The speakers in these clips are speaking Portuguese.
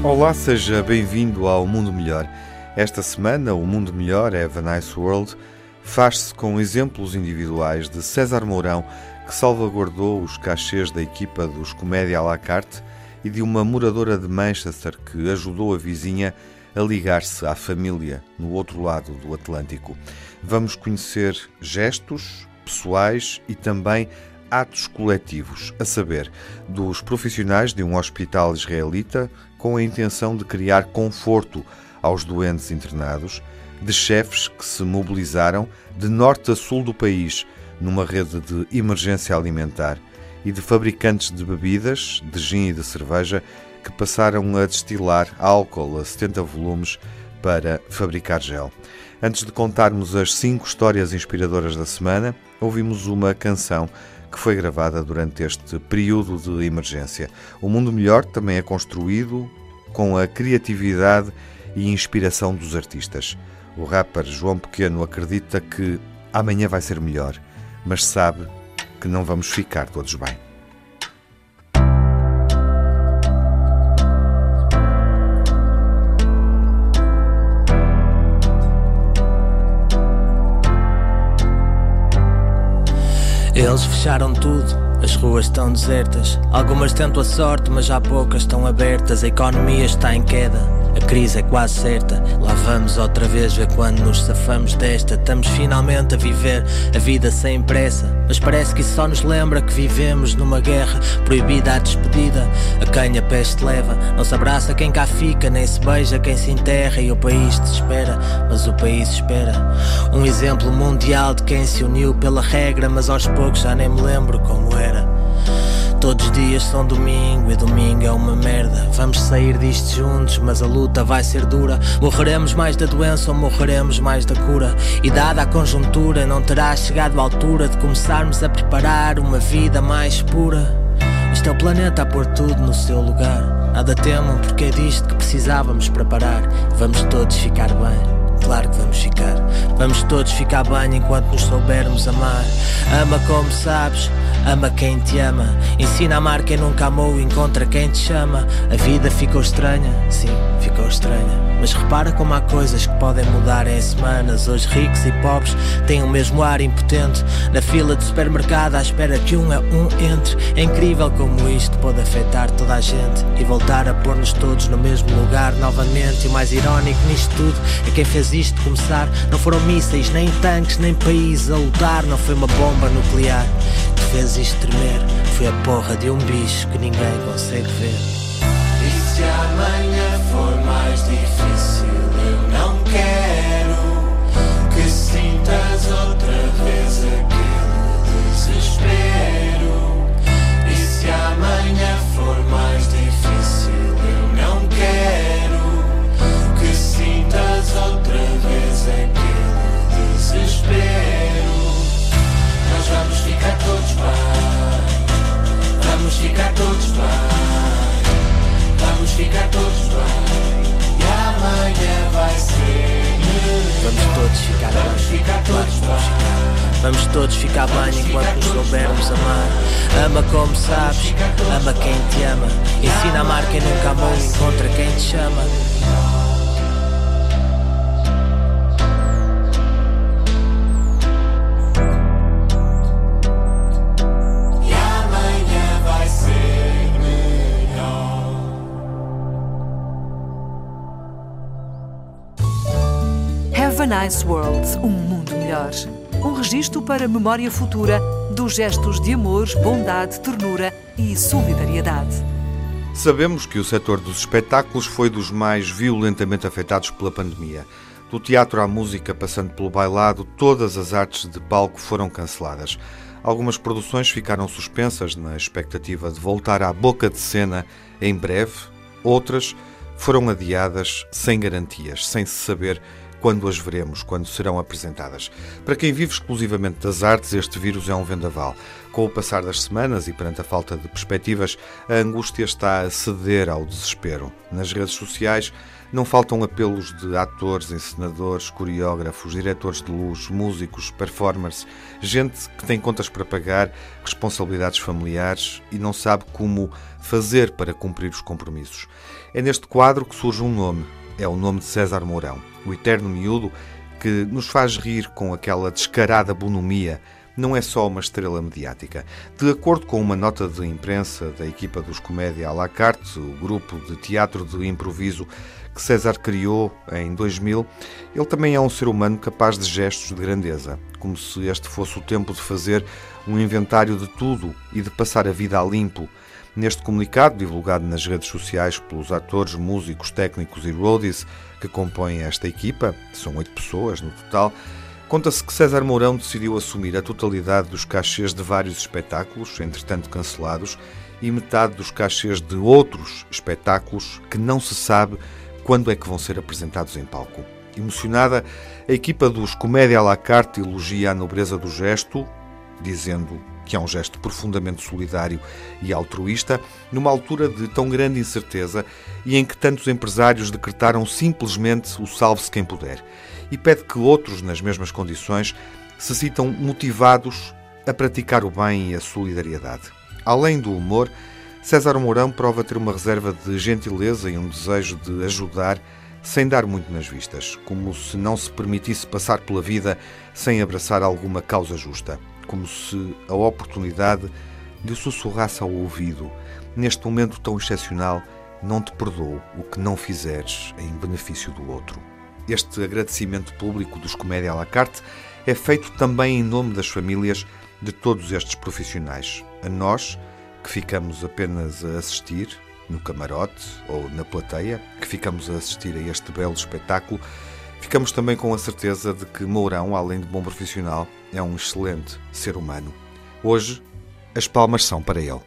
Olá, seja bem-vindo ao Mundo Melhor. Esta semana, o Mundo Melhor, Have a Nice World, faz-se com exemplos individuais de César Mourão, que salvaguardou os cachês da equipa dos Comédia à la carte, e de uma moradora de Manchester que ajudou a vizinha a ligar-se à família no outro lado do Atlântico. Vamos conhecer gestos pessoais e também atos coletivos, a saber, dos profissionais de um hospital israelita com a intenção de criar conforto aos doentes internados, de chefes que se mobilizaram de norte a sul do país numa rede de emergência alimentar e de fabricantes de bebidas, de gin e de cerveja, que passaram a destilar álcool a 70 volumes para fabricar gel. Antes de contarmos as 5 histórias inspiradoras da semana, ouvimos uma canção que foi gravada durante este período de emergência. O Mundo Melhor também é construído com a criatividade e inspiração dos artistas. O rapper João Pequeno acredita que amanhã vai ser melhor, mas sabe que não vamos ficar todos bem. Eles fecharam tudo, as ruas estão desertas. Algumas tentam a sorte, mas já poucas estão abertas. A economia está em queda, a crise é quase certa. Lá vamos outra vez ver quando nos safamos desta. Estamos finalmente a viver a vida sem pressa, mas parece que isso só nos lembra que vivemos numa guerra proibida à despedida. A quem a peste leva, não se abraça quem cá fica, nem se beija quem se enterra. E o país desespera, mas o país espera. Um exemplo mundial de quem se uniu pela regra, mas aos poucos já nem me lembro como era. Todos os dias são domingo e domingo é uma merda. Vamos sair disto juntos, mas a luta vai ser dura. Morreremos mais da doença ou morreremos mais da cura? E dada a conjuntura, não terá chegado a altura de começarmos a preparar uma vida mais pura? Este é o planeta a pôr tudo no seu lugar. Nada temam, porque é disto que precisávamos preparar. Vamos todos ficar bem. Claro que vamos ficar. Vamos todos ficar bem enquanto nos soubermos amar. Ama como sabes, ama quem te ama. Ensina a amar quem nunca amou, encontra quem te chama. A vida ficou estranha, sim, ficou estranha. Mas repara como há coisas que podem mudar em semanas. Hoje ricos e pobres têm o mesmo ar impotente, na fila de supermercado à espera que um a um entre. É incrível como isto pode afetar toda a gente e voltar a pôr-nos todos no mesmo lugar novamente. E o mais irónico nisto tudo é quem fez isto começar. Não foram mísseis, nem tanques, nem países a lutar. Não foi uma bomba nuclear que fez isto tremer. Foi a porra de um bicho que ninguém consegue ver. E se amanhã for mais difícil, eu não quero que sintas outra vez aquele desespero. E se amanhã for mais difícil, eu não quero que sintas outra vez aquele desespero. Nós vamos ficar todos bem, vamos ficar todos bem. Vamos ficar todos bem e amanhã vai ser melhor. Vamos todos ficar bem. Vamos ficar todos bem. Vamos todos ficar bem enquanto nos soubermos amar. Ama como sabes, ama quem te ama. Ensina a amar quem nunca amou, encontra quem te chama. Have a Nice World, um mundo melhor. Um registro para a memória futura dos gestos de amor, bondade, ternura e solidariedade. Sabemos que o setor dos espetáculos foi dos mais violentamente afetados pela pandemia. Do teatro à música, passando pelo bailado, todas as artes de palco foram canceladas. Algumas produções ficaram suspensas na expectativa de voltar à boca de cena em breve. Outras foram adiadas sem garantias, sem se saber quando as veremos, quando serão apresentadas. Para quem vive exclusivamente das artes, este vírus é um vendaval. Com o passar das semanas e perante a falta de perspectivas, a angústia está a ceder ao desespero. Nas redes sociais, não faltam apelos de atores, encenadores, coreógrafos, diretores de luz, músicos, performers, gente que tem contas para pagar, responsabilidades familiares e não sabe como fazer para cumprir os compromissos. É neste quadro que surge um nome, é o nome de César Mourão, o eterno miúdo que nos faz rir com aquela descarada bonomia. Não é só uma estrela mediática. De acordo com uma nota de imprensa da equipa dos Comédia à la carte, o grupo de teatro de improviso que César criou em 2000, ele também é um ser humano capaz de gestos de grandeza, como se este fosse o tempo de fazer um inventário de tudo e de passar a vida a limpo. Neste comunicado, divulgado nas redes sociais pelos atores, músicos, técnicos e roadies que compõem esta equipa, são 8 pessoas no total, conta-se que César Mourão decidiu assumir a totalidade dos cachês de vários espetáculos, entretanto cancelados, e metade dos cachês de outros espetáculos que não se sabe quando é que vão ser apresentados em palco. Emocionada, a equipa dos Comédia à la carte elogia a nobreza do gesto, dizendo que é um gesto profundamente solidário e altruísta, numa altura de tão grande incerteza e em que tantos empresários decretaram simplesmente o salve-se quem puder, e pede que outros, nas mesmas condições, se sintam motivados a praticar o bem e a solidariedade. Além do humor, César Mourão prova ter uma reserva de gentileza e um desejo de ajudar sem dar muito nas vistas, como se não se permitisse passar pela vida sem abraçar alguma causa justa, como se a oportunidade lhe sussurrasse ao ouvido: neste momento tão excepcional, não te perdoo o que não fizeres em benefício do outro. Este agradecimento público dos Comédia à la carte é feito também em nome das famílias de todos estes profissionais. A nós, que ficamos apenas a assistir, no camarote ou na plateia, que ficamos a assistir a este belo espetáculo, ficamos também com a certeza de que Mourão, além de bom profissional, é um excelente ser humano. Hoje, as palmas são para ele.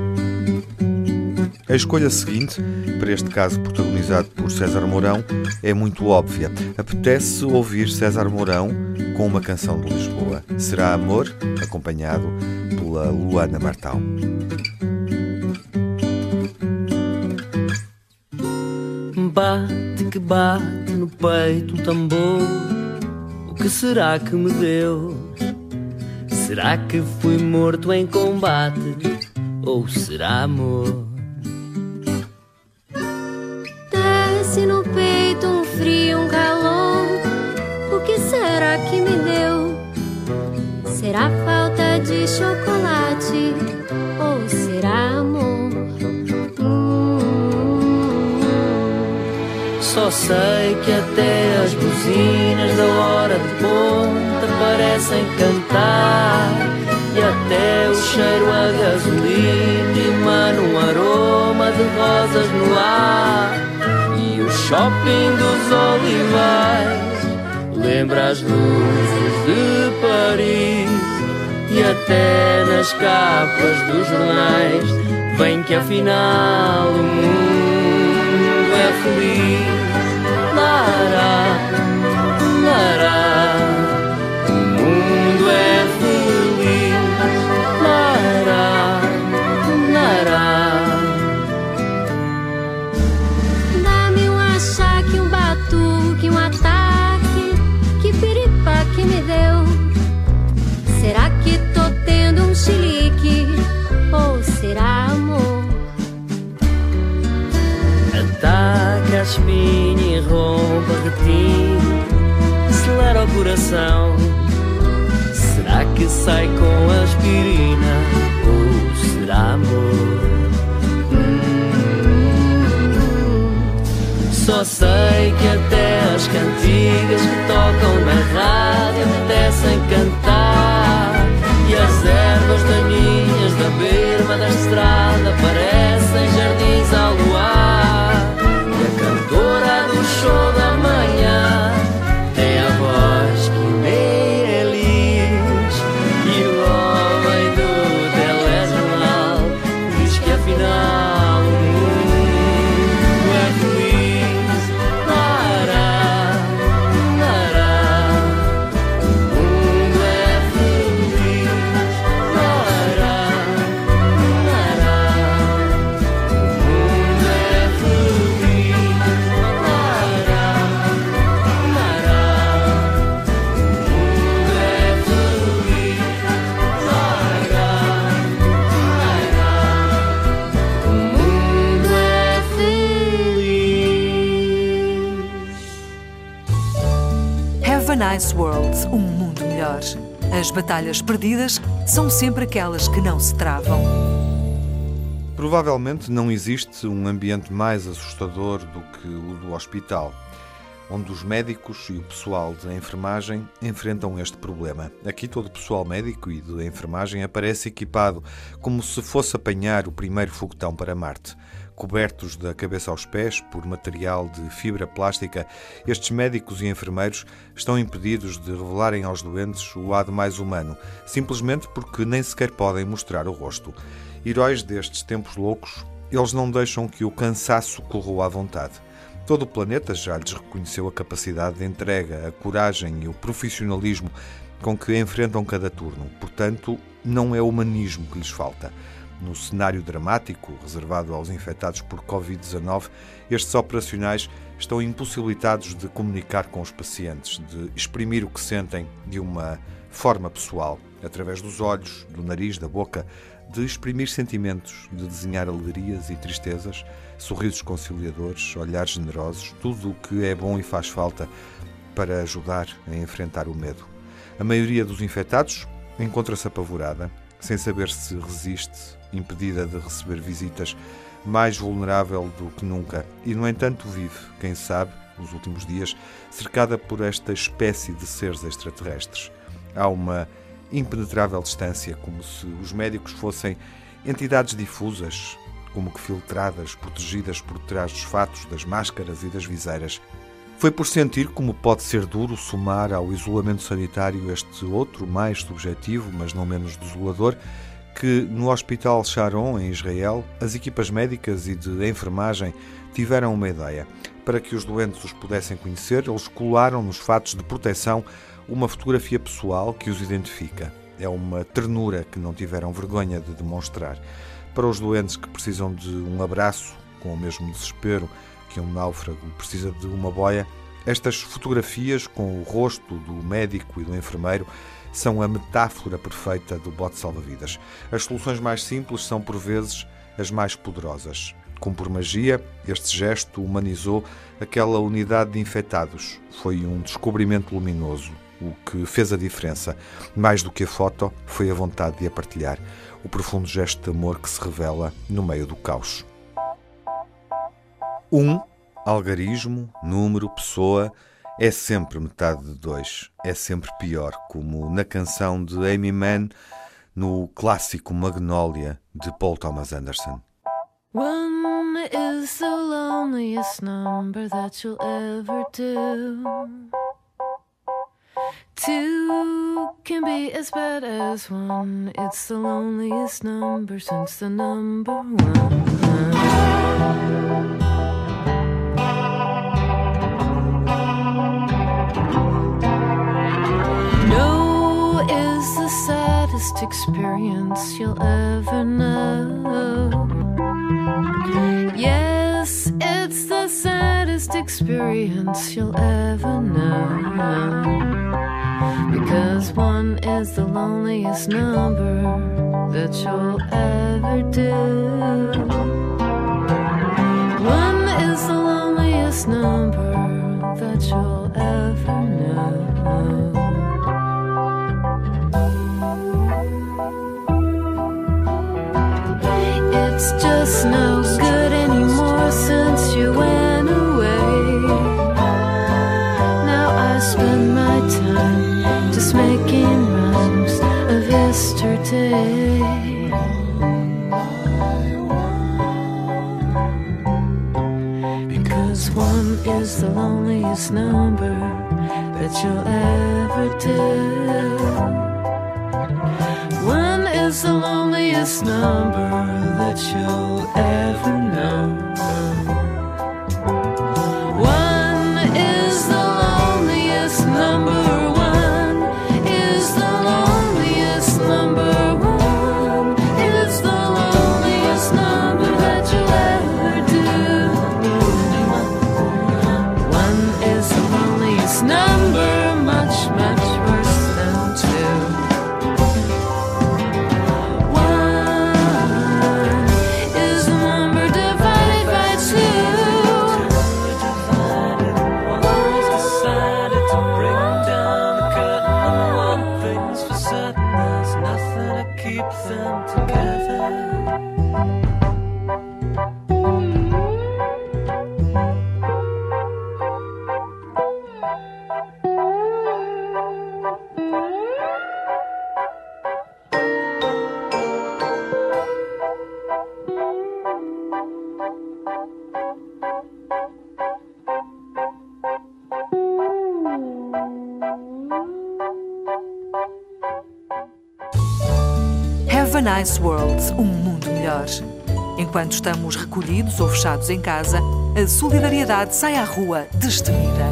A escolha seguinte, para este caso protagonizado por César Mourão, é muito óbvia. Apetece ouvir César Mourão com uma canção de Lisboa. Será Amor, acompanhado pela Luana Martão. Bate que bate no peito um tambor. O que será que me deu? Será que fui morto em combate? Ou será amor? Desce no peito um frio, um calor. O que será que me deu? Será falta de chocolate? Ou será amor? Só sei que até as buzinas da hora de ponta parecem cantar, e até o cheiro a gasolina emana um aroma de rosas no ar, e o shopping dos Olivais lembra as luzes de Paris, e até nas capas dos jornais vem que afinal o mundo é feliz. Lará, lará, o mundo é feliz. Lará, lará. Dá-me um achaque, um batuque, um ataque. Que piripa que me deu? Será que tô tendo um chilique? Ou será amor? Ataca a espinha e rompe a retina, acelera o coração. Será que sai com aspirina? Ou será amor? Só sei que até as cantigas que tocam na rádio apetecem cantar, e as ervas daninhas da berma da estrada parecem jardins ao luar, e a cantora do show da manhã tem a voz que nem Elis, e o homem do telejornal diz que afinal o mundo é feliz. Lará, lará, Nice World, um mundo melhor. As batalhas perdidas são sempre aquelas que não se travam. Provavelmente não existe um ambiente mais assustador do que o do hospital, onde os médicos e o pessoal de enfermagem enfrentam este problema. Aqui todo o pessoal médico e de enfermagem aparece equipado como se fosse apanhar o primeiro foguetão para Marte. Cobertos da cabeça aos pés por material de fibra plástica, estes médicos e enfermeiros estão impedidos de revelarem aos doentes o lado mais humano, simplesmente porque nem sequer podem mostrar o rosto. Heróis destes tempos loucos, eles não deixam que o cansaço corroa à vontade. Todo o planeta já lhes reconheceu a capacidade de entrega, a coragem e o profissionalismo com que enfrentam cada turno. Portanto, não é humanismo que lhes falta. No cenário dramático reservado aos infectados por Covid-19, estes operacionais estão impossibilitados de comunicar com os pacientes, de exprimir o que sentem de uma forma pessoal, através dos olhos, do nariz, da boca, de exprimir sentimentos, de desenhar alegrias e tristezas, sorrisos conciliadores, olhares generosos, tudo o que é bom e faz falta para ajudar a enfrentar o medo. A maioria dos infectados encontra-se apavorada, sem saber se resiste, impedida de receber visitas, mais vulnerável do que nunca. E, no entanto, vive, quem sabe, nos últimos dias, cercada por esta espécie de seres extraterrestres. Há uma impenetrável distância, como se os médicos fossem entidades difusas, como que filtradas, protegidas por trás dos fatos, das máscaras e das viseiras. Foi por sentir como pode ser duro somar ao isolamento sanitário este outro, mais subjetivo, mas não menos desolador, que no Hospital Sharon, em Israel, as equipas médicas e de enfermagem tiveram uma ideia. Para que os doentes os pudessem conhecer, eles colaram nos fatos de proteção uma fotografia pessoal que os identifica. É uma ternura que não tiveram vergonha de demonstrar. Para os doentes que precisam de um abraço, com o mesmo desespero que um náufrago precisa de uma boia, estas fotografias com o rosto do médico e do enfermeiro são a metáfora perfeita do bote salva-vidas. As soluções mais simples são, por vezes, as mais poderosas. Como por magia, este gesto humanizou aquela unidade de infectados. Foi um descobrimento luminoso. O que fez a diferença, mais do que a foto, foi a vontade de a partilhar. O profundo gesto de amor que se revela no meio do caos. Algarismo, número, pessoa, é sempre metade de dois. É sempre pior, como na canção de Amy Mann, no clássico Magnolia, de Paul Thomas Anderson. One is the loneliest number that you'll ever do. Two can be as bad as one. It's the loneliest number since the number one. No is the saddest experience you'll ever know. Yes, it's the saddest experience you'll ever know. Because one is the loneliest number that you'll ever do. One is the loneliest number that you'll ever know. It's just no good anymore since you went away. Now I spend my time just making rhymes of yesterday. Because one is the loneliest number that you'll ever do. One is the loneliest number that you'll ever know. One is the loneliest number. One is the one Nice World, um mundo melhor. Enquanto estamos recolhidos ou fechados em casa, a solidariedade sai à rua destemida.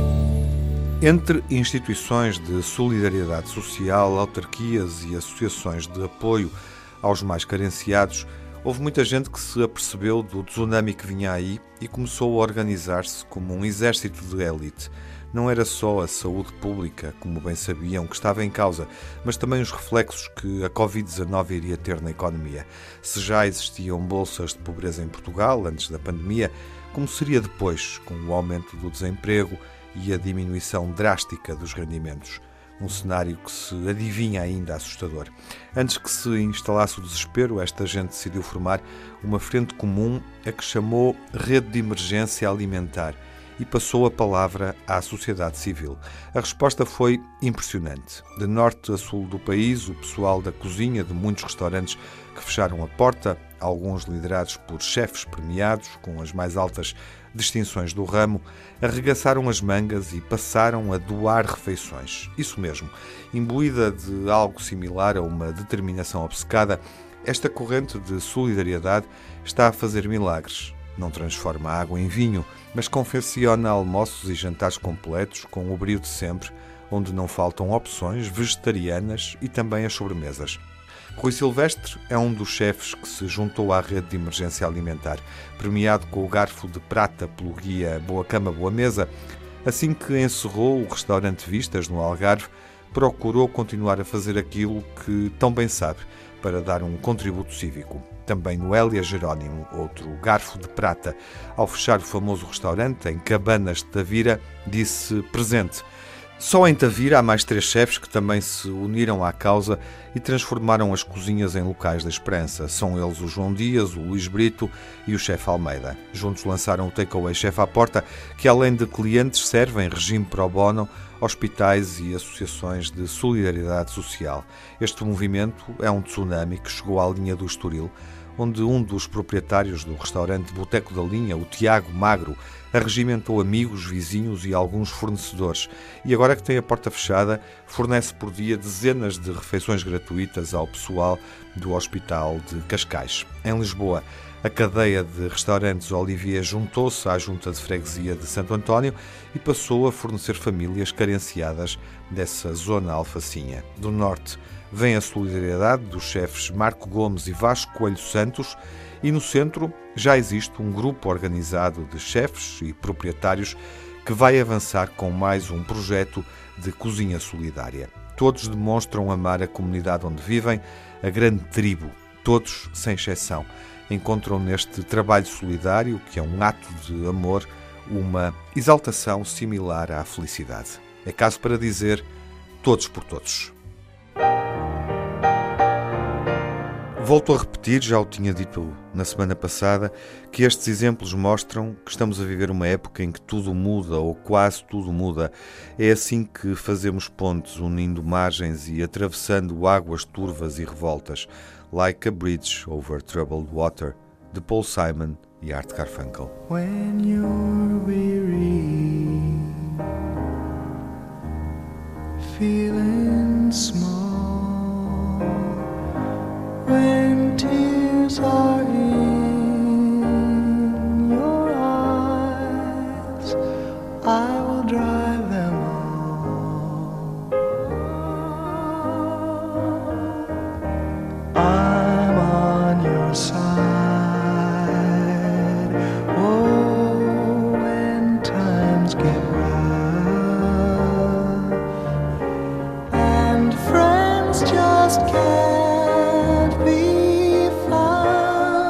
Entre instituições de solidariedade social, autarquias e associações de apoio aos mais carenciados, houve muita gente que se apercebeu do tsunami que vinha aí e começou a organizar-se como um exército de élite. Não era só a saúde pública, como bem sabiam, que estava em causa, mas também os reflexos que a Covid-19 iria ter na economia. Se já existiam bolsas de pobreza em Portugal antes da pandemia, como seria depois, com o aumento do desemprego e a diminuição drástica dos rendimentos? Um cenário que se adivinha ainda assustador. Antes que se instalasse o desespero, esta gente decidiu formar uma frente comum a que chamou Rede de Emergência Alimentar e passou a palavra à sociedade civil. A resposta foi impressionante. De norte a sul do país, o pessoal da cozinha de muitos restaurantes que fecharam a porta, alguns liderados por chefes premiados, com as mais altas distinções do ramo, arregaçaram as mangas e passaram a doar refeições. Isso mesmo, imbuída de algo similar a uma determinação obcecada, esta corrente de solidariedade está a fazer milagres. Não transforma água em vinho, mas confecciona almoços e jantares completos com o brio de sempre, onde não faltam opções vegetarianas e também as sobremesas. Rui Silvestre é um dos chefes que se juntou à Rede de Emergência Alimentar, premiado com o garfo de prata pelo guia Boa Cama, Boa Mesa. Assim que encerrou o restaurante Vistas, no Algarve, procurou continuar a fazer aquilo que tão bem sabe, para dar um contributo cívico. Também Noélia Jerónimo, outro garfo de prata, ao fechar o famoso restaurante em Cabanas de Tavira, disse presente. Só em Tavira há mais 3 chefes que também se uniram à causa e transformaram as cozinhas em locais da esperança. São eles o João Dias, o Luís Brito e o chefe Almeida. Juntos lançaram o Takeaway Chef à Porta, que além de clientes serve em regime pro bono hospitais e associações de solidariedade social. Este movimento é um tsunami que chegou à linha do Estoril, onde um dos proprietários do restaurante Boteco da Linha, o Tiago Magro, arregimentou amigos, vizinhos e alguns fornecedores. E agora que tem a porta fechada, fornece por dia dezenas de refeições gratuitas ao pessoal do Hospital de Cascais. Em Lisboa, a cadeia de restaurantes Olivier juntou-se à Junta de Freguesia de Santo António e passou a fornecer famílias carenciadas dessa zona alfacinha. Do norte vem a solidariedade dos chefes Marco Gomes e Vasco Coelho Santos e no centro já existe um grupo organizado de chefes e proprietários que vai avançar com mais um projeto de cozinha solidária. Todos demonstram amar a comunidade onde vivem, a grande tribo, todos sem exceção. Encontram neste trabalho solidário, que é um ato de amor, uma exaltação similar à felicidade. É caso para dizer todos por todos. Volto a repetir, já o tinha dito na semana passada, que estes exemplos mostram que estamos a viver uma época em que tudo muda, ou quase tudo muda. É assim que fazemos pontes, unindo margens e atravessando águas turvas e revoltas. Like a Bridge Over Troubled Water, de Paul Simon e Art Garfunkel. When you're weary, feeling small, when tears are in your eyes, I will dry them all. I'm on your side. Oh, when times get rough and friends just can't be found,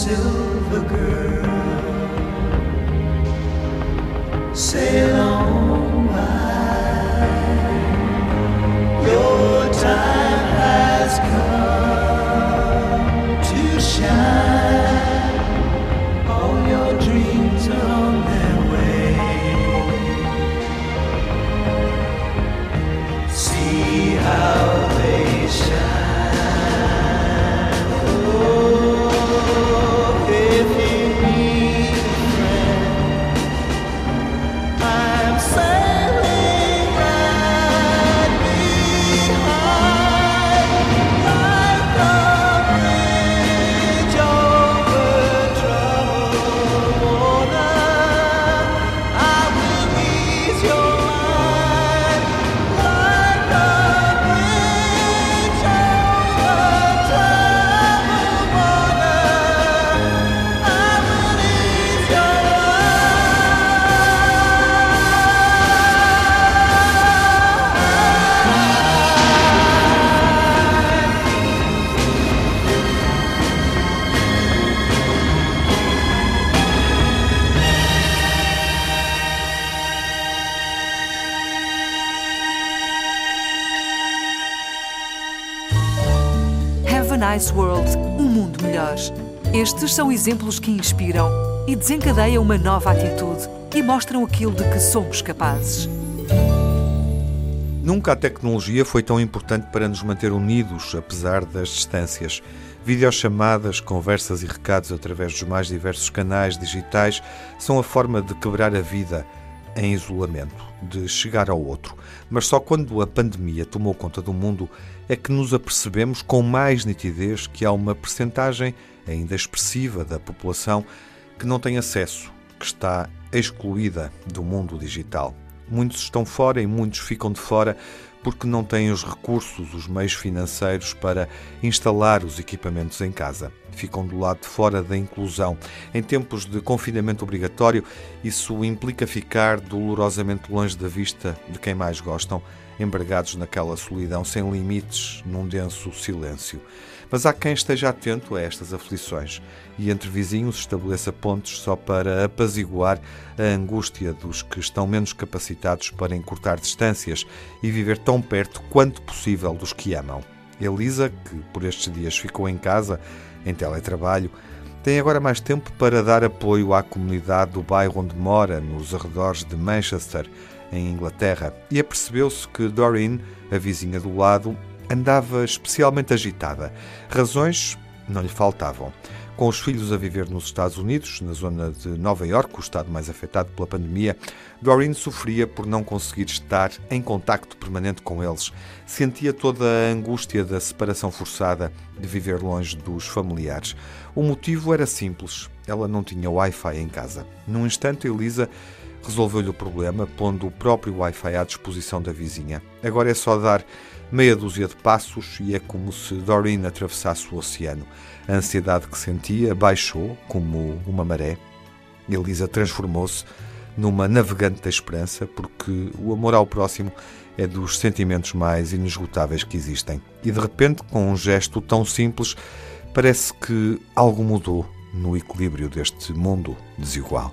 silver girl, sail on by. Your time has come to shine. All your dreams are on their way. See how they shine. Nice World, um mundo melhor. Estes são exemplos que inspiram e desencadeiam uma nova atitude e mostram aquilo de que somos capazes. Nunca a tecnologia foi tão importante para nos manter unidos, apesar das distâncias. Videochamadas, conversas e recados através dos mais diversos canais digitais são a forma de quebrar a vida em isolamento, de chegar ao outro. Mas só quando a pandemia tomou conta do mundo é que nos apercebemos com mais nitidez que há uma percentagem ainda expressiva da população que não tem acesso, que está excluída do mundo digital. Muitos estão fora e muitos ficam de fora porque não têm os recursos, os meios financeiros para instalar os equipamentos em casa. Ficam do lado de fora da inclusão. Em tempos de confinamento obrigatório, isso implica ficar dolorosamente longe da vista de quem mais gostam, embargados naquela solidão sem limites, num denso silêncio. Mas há quem esteja atento a estas aflições e entre vizinhos estabeleça pontes só para apaziguar a angústia dos que estão menos capacitados para encurtar distâncias e viver tão perto quanto possível dos que amam. Elisa, que por estes dias ficou em casa, em teletrabalho, tem agora mais tempo para dar apoio à comunidade do bairro onde mora, nos arredores de Manchester, em Inglaterra, e apercebeu-se que Doreen, a vizinha do lado, andava especialmente agitada. Razões não lhe faltavam. Com os filhos a viver nos Estados Unidos, na zona de Nova Iorque, o estado mais afetado pela pandemia, Doreen sofria por não conseguir estar em contacto permanente com eles. Sentia toda a angústia da separação forçada de viver longe dos familiares. O motivo era simples. Ela não tinha Wi-Fi em casa. Num instante, Elisa resolveu-lhe o problema, pondo o próprio Wi-Fi à disposição da vizinha. Agora é só dar meia dúzia de passos e é como se Doreen atravessasse o oceano. A ansiedade que sentia baixou como uma maré. Elisa transformou-se numa navegante da esperança, porque o amor ao próximo é dos sentimentos mais inesgotáveis que existem. E de repente, com um gesto tão simples, parece que algo mudou no equilíbrio deste mundo desigual.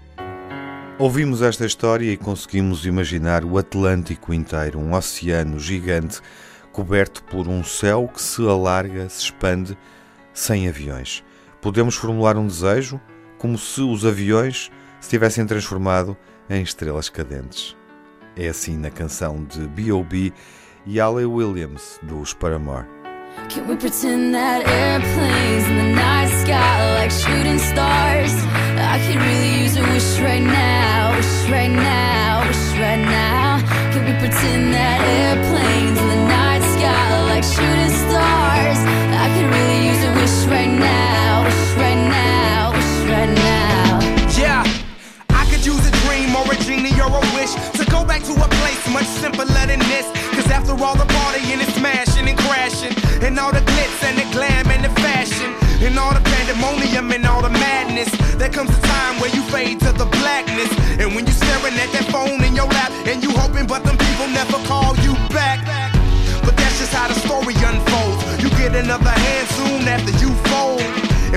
Ouvimos esta história e conseguimos imaginar o Atlântico inteiro, um oceano gigante, coberto por um céu que se alarga, se expande, sem aviões. Podemos formular um desejo, como se os aviões se tivessem transformado em estrelas cadentes. É assim na canção de B.O.B. e Hayley Williams, dos Paramore. Can we pretend that airplanes in the night sky like shooting stars? I could really use a wish right now, wish right now, wish right now. Can we pretend that airplanes in the night sky like shooting stars? I could really use a wish right now, wish right now, wish right now. Yeah, I could use a dream or a genie or a wish to go back to a place much simpler than this. Cause after all the partying and smashing and crashing, and all the glitz and the glam and the fashion, and all the pandemonium and all the madness, there comes a time where you fade to the blackness. And when you're staring at that phone in your lap, and you hoping but them people never call you back. But that's just how the story unfolds. You get another hand soon after you fold. And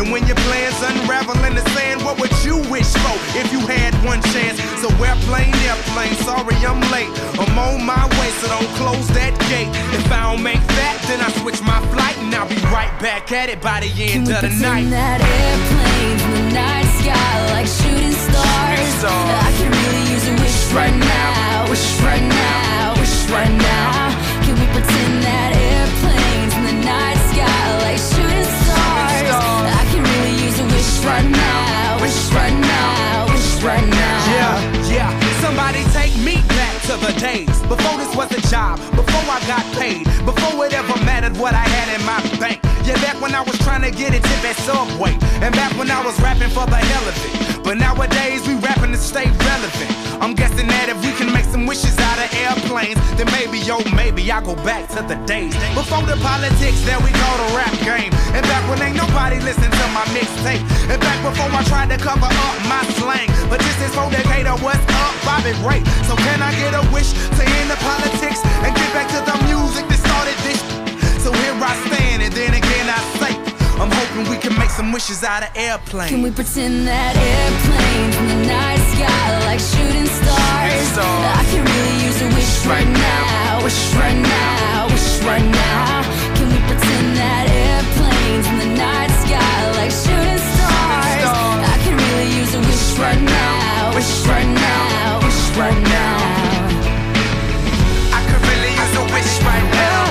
And when your plans unravel in the sand, what would you wish for if you had one chance? So airplane, sorry I'm late. I'm on my way, so don't close that gate. If I don't make that, then I switch my flight, and I'll be right back at it by the end of the night. That airplane in the night sky like shooting stars. I can really use a wish right now, wish right now, wish right now. Can we pretend that airplanes in the night sky like shooting stars? I can really use a wish right now, wish right now, wish right now. Yeah, somebody take me back to the days before this was a job, before I got paid, before it ever mattered what I had in my bank. Yeah, back when I was trying to get a tip at Subway, and back when I was rapping for the hell of it. But nowadays we rapping to stay relevant. I'm guessing that if we can make some wishes out of airplanes, then maybe, yo, maybe I'll go back to the days before the politics that we call the rap game. And back when ain't nobody listened to my mixtape. And back before I tried to cover up my slang. But this is for Decatur, what's up, Bobby Ray? So can I get a wish to end the politics and get back to the music that started this? So here I stand, and then again I say, I'm hoping we can make some wishes out of airplanes. Can we pretend that airplanes in the night sky like shooting stars? I can really use a wish right now, wish right now, wish right now. Can we pretend that airplanes in the night sky like shooting stars? I can really use a wish right now, wish right now, wish right now. I could really use a wish right now.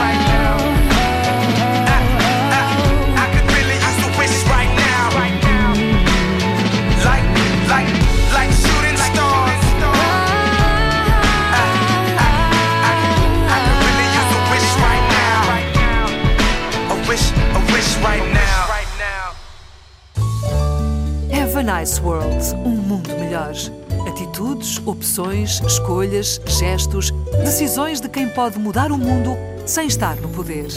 Like shooting stars. I could really use a wish right now. A wish right now. Have a Nice World, mundo melhor. Atitudes, opções, escolhas, gestos, decisões de quem pode mudar o mundo sem estar no poder.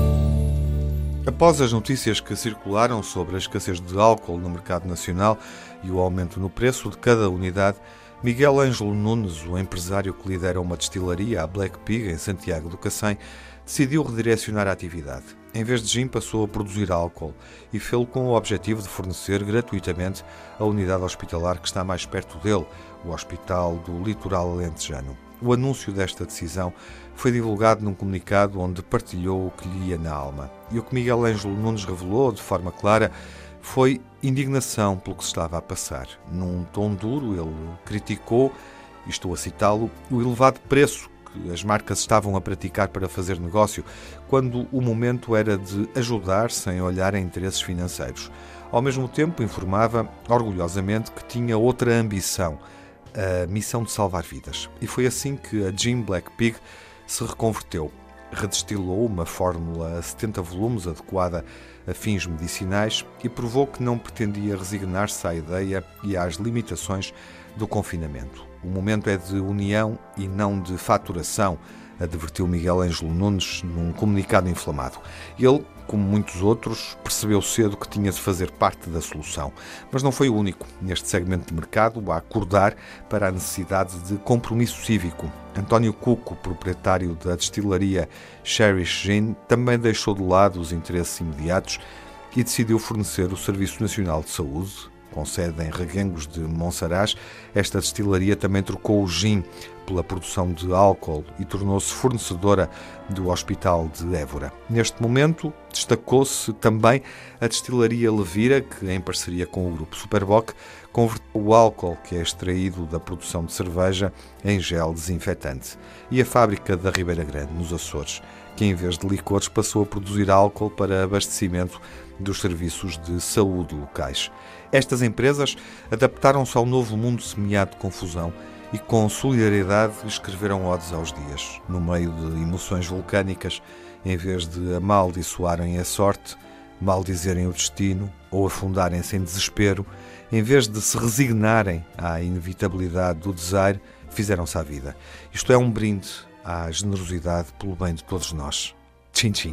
Após as notícias que circularam sobre a escassez de álcool no mercado nacional e o aumento no preço de cada unidade, Miguel Ângelo Nunes, o empresário que lidera uma destilaria, a Black Pig, em Santiago do Cacém, decidiu redirecionar a atividade. Em vez de gin, passou a produzir álcool e fê-lo com o objetivo de fornecer gratuitamente a unidade hospitalar que está mais perto dele, o Hospital do Litoral Alentejano. O anúncio desta decisão foi divulgado num comunicado onde partilhou o que lhe ia na alma. E o que Miguel Ângelo Nunes revelou de forma clara foi indignação pelo que se estava a passar. Num tom duro, ele criticou, e estou a citá-lo, o elevado preço que as marcas estavam a praticar para fazer negócio, quando o momento era de ajudar sem olhar a interesses financeiros. Ao mesmo tempo, informava orgulhosamente que tinha outra ambição, a missão de salvar vidas. E foi assim que a Gin Black Pig se reconverteu. Redestilou uma fórmula a 70 volumes adequada a fins medicinais e provou que não pretendia resignar-se à ideia e às limitações do confinamento. O momento é de união e não de faturação, advertiu Miguel Ângelo Nunes num comunicado inflamado. Ele, como muitos outros, percebeu cedo que tinha de fazer parte da solução, mas não foi o único neste segmento de mercado a acordar para a necessidade de compromisso cívico. António Cuco, proprietário da destilaria Cherish Gin, também deixou de lado os interesses imediatos e decidiu fornecer o Serviço Nacional de Saúde. Com sede em Reguengos de Monsaraz, esta destilaria também trocou o gin pela produção de álcool e tornou-se fornecedora do Hospital de Évora. Neste momento, destacou-se também a destilaria Levira, que, em parceria com o grupo Superboc, converteu o álcool que é extraído da produção de cerveja em gel desinfetante. E a fábrica da Ribeira Grande, nos Açores, que em vez de licores passou a produzir álcool para abastecimento dos serviços de saúde locais. Estas empresas adaptaram-se ao novo mundo semeado de confusão e com solidariedade escreveram odes aos dias. No meio de emoções vulcânicas, em vez de amaldiçoarem a sorte, maldizerem o destino ou afundarem-se em desespero, em vez de se resignarem à inevitabilidade do desaire, fizeram-se à vida. Isto é um brinde à generosidade pelo bem de todos nós. Tchim, tchim.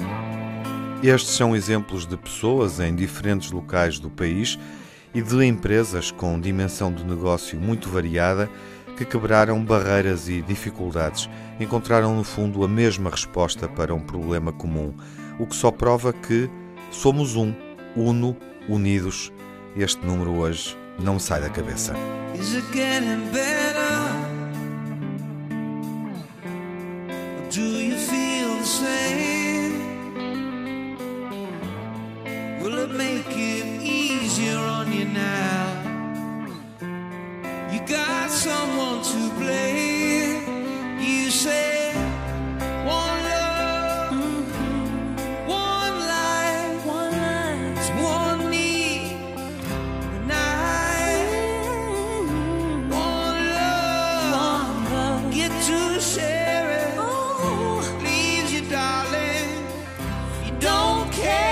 Estes são exemplos de pessoas em diferentes locais do país e de empresas com dimensão de negócio muito variada que quebraram barreiras e dificuldades, encontraram no fundo a mesma resposta para um problema comum, o que só prova que somos uno unidos, este número hoje não me sai da cabeça. Is it getting better? Or do you feel the same? Will it make it easier on you now? You got someone to blame. You say one love, one life, it's one need. And I, one love, get to share it. Leaves you, darling. You don't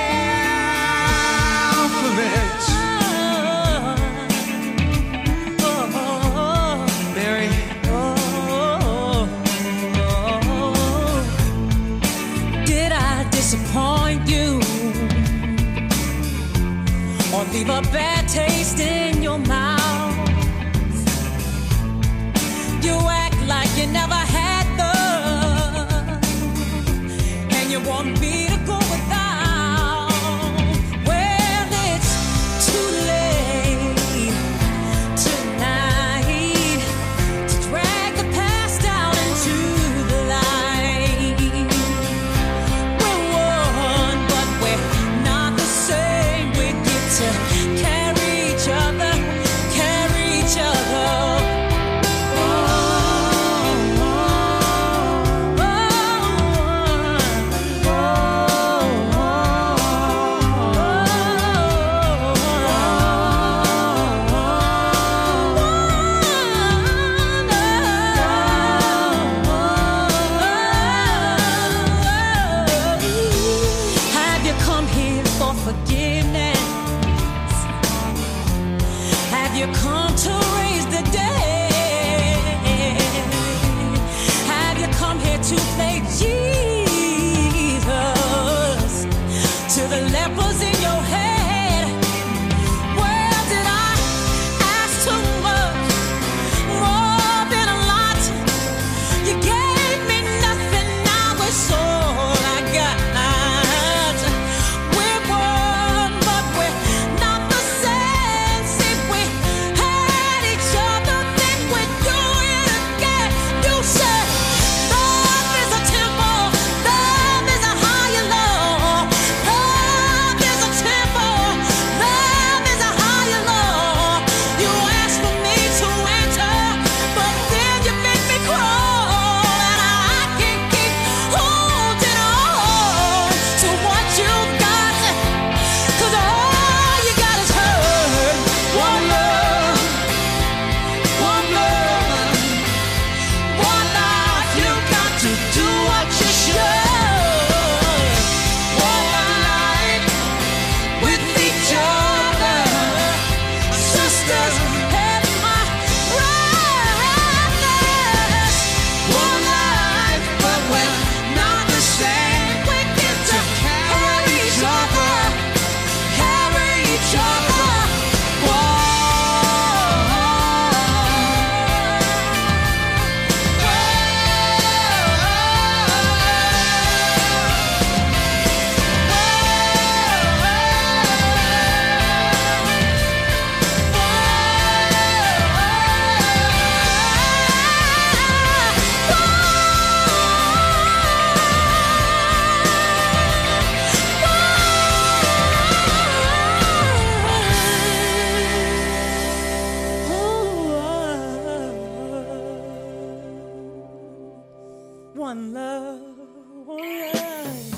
care for it. Mary. Did I disappoint you or leave a bad taste in your mouth? You act like you never had love, and you want me to go without. Well, it's too late tonight to drag the past down into the light. We're one, but we're not the same. We get to carry each other, carry each other. Have you come here for forgiveness? Have you come to raise the dead? Have you come here to play Jesus to the lepers in your head? Well, did I ask too much? More than a lot. You gave me nothing, now it's all I got. We're one, but we're not the same. See, we had each other, then we do it again. You said love is a temple, love is a higher law. Love is a temple, love is a higher law. You asked for me to enter, but then you make me crawl, and I can't keep holding on to what you got, 'cause all you got is hurt. One love, one love, one life. You got to do what you should. One life with each other, sisters have my brightness. One life, but we're not the same. We get to carry each other, carry each other. One love, one life.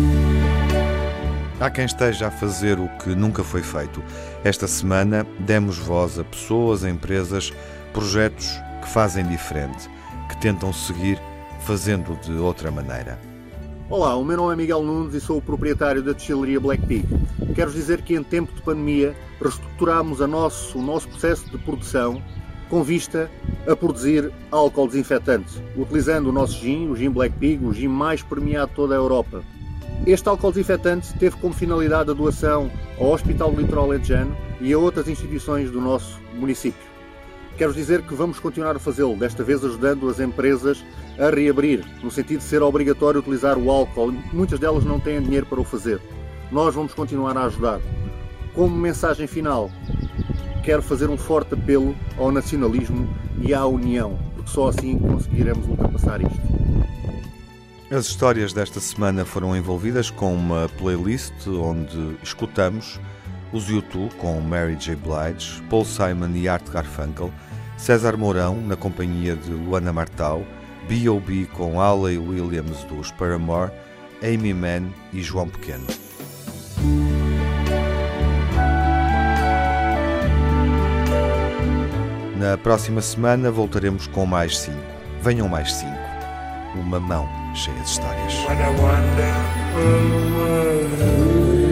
Há quem esteja a fazer o que nunca foi feito. Esta semana demos voz a pessoas, a empresas, projetos que fazem diferente, que tentam seguir fazendo de outra maneira. Olá, o meu nome é Miguel Nunes e sou o proprietário da destilaria Black Pig. Quero dizer que em tempo de pandemia reestruturámos o nosso processo de produção com vista a produzir álcool desinfetante, utilizando o nosso gin, o gin Black Pig, o gin mais premiado de toda a Europa. Este álcool desinfetante teve como finalidade a doação ao Hospital do Litoral Alentejano e a outras instituições do nosso município. Quero dizer que vamos continuar a fazê-lo, desta vez ajudando as empresas a reabrir, no sentido de ser obrigatório utilizar o álcool. Muitas delas não têm dinheiro para o fazer. Nós vamos continuar a ajudar. Como mensagem final, quero fazer um forte apelo ao nacionalismo e à união, porque só assim conseguiremos ultrapassar isto. As histórias desta semana foram envolvidas com uma playlist onde escutamos os U2 com Mary J. Blige, Paul Simon e Art Garfunkel, César Mourão na companhia de Luana Martau, B.O.B. com Hayley Williams dos Paramore, Amy Mann e João Pequeno. Na próxima semana voltaremos com mais 5. Venham mais 5. Uma mão cheia de histórias.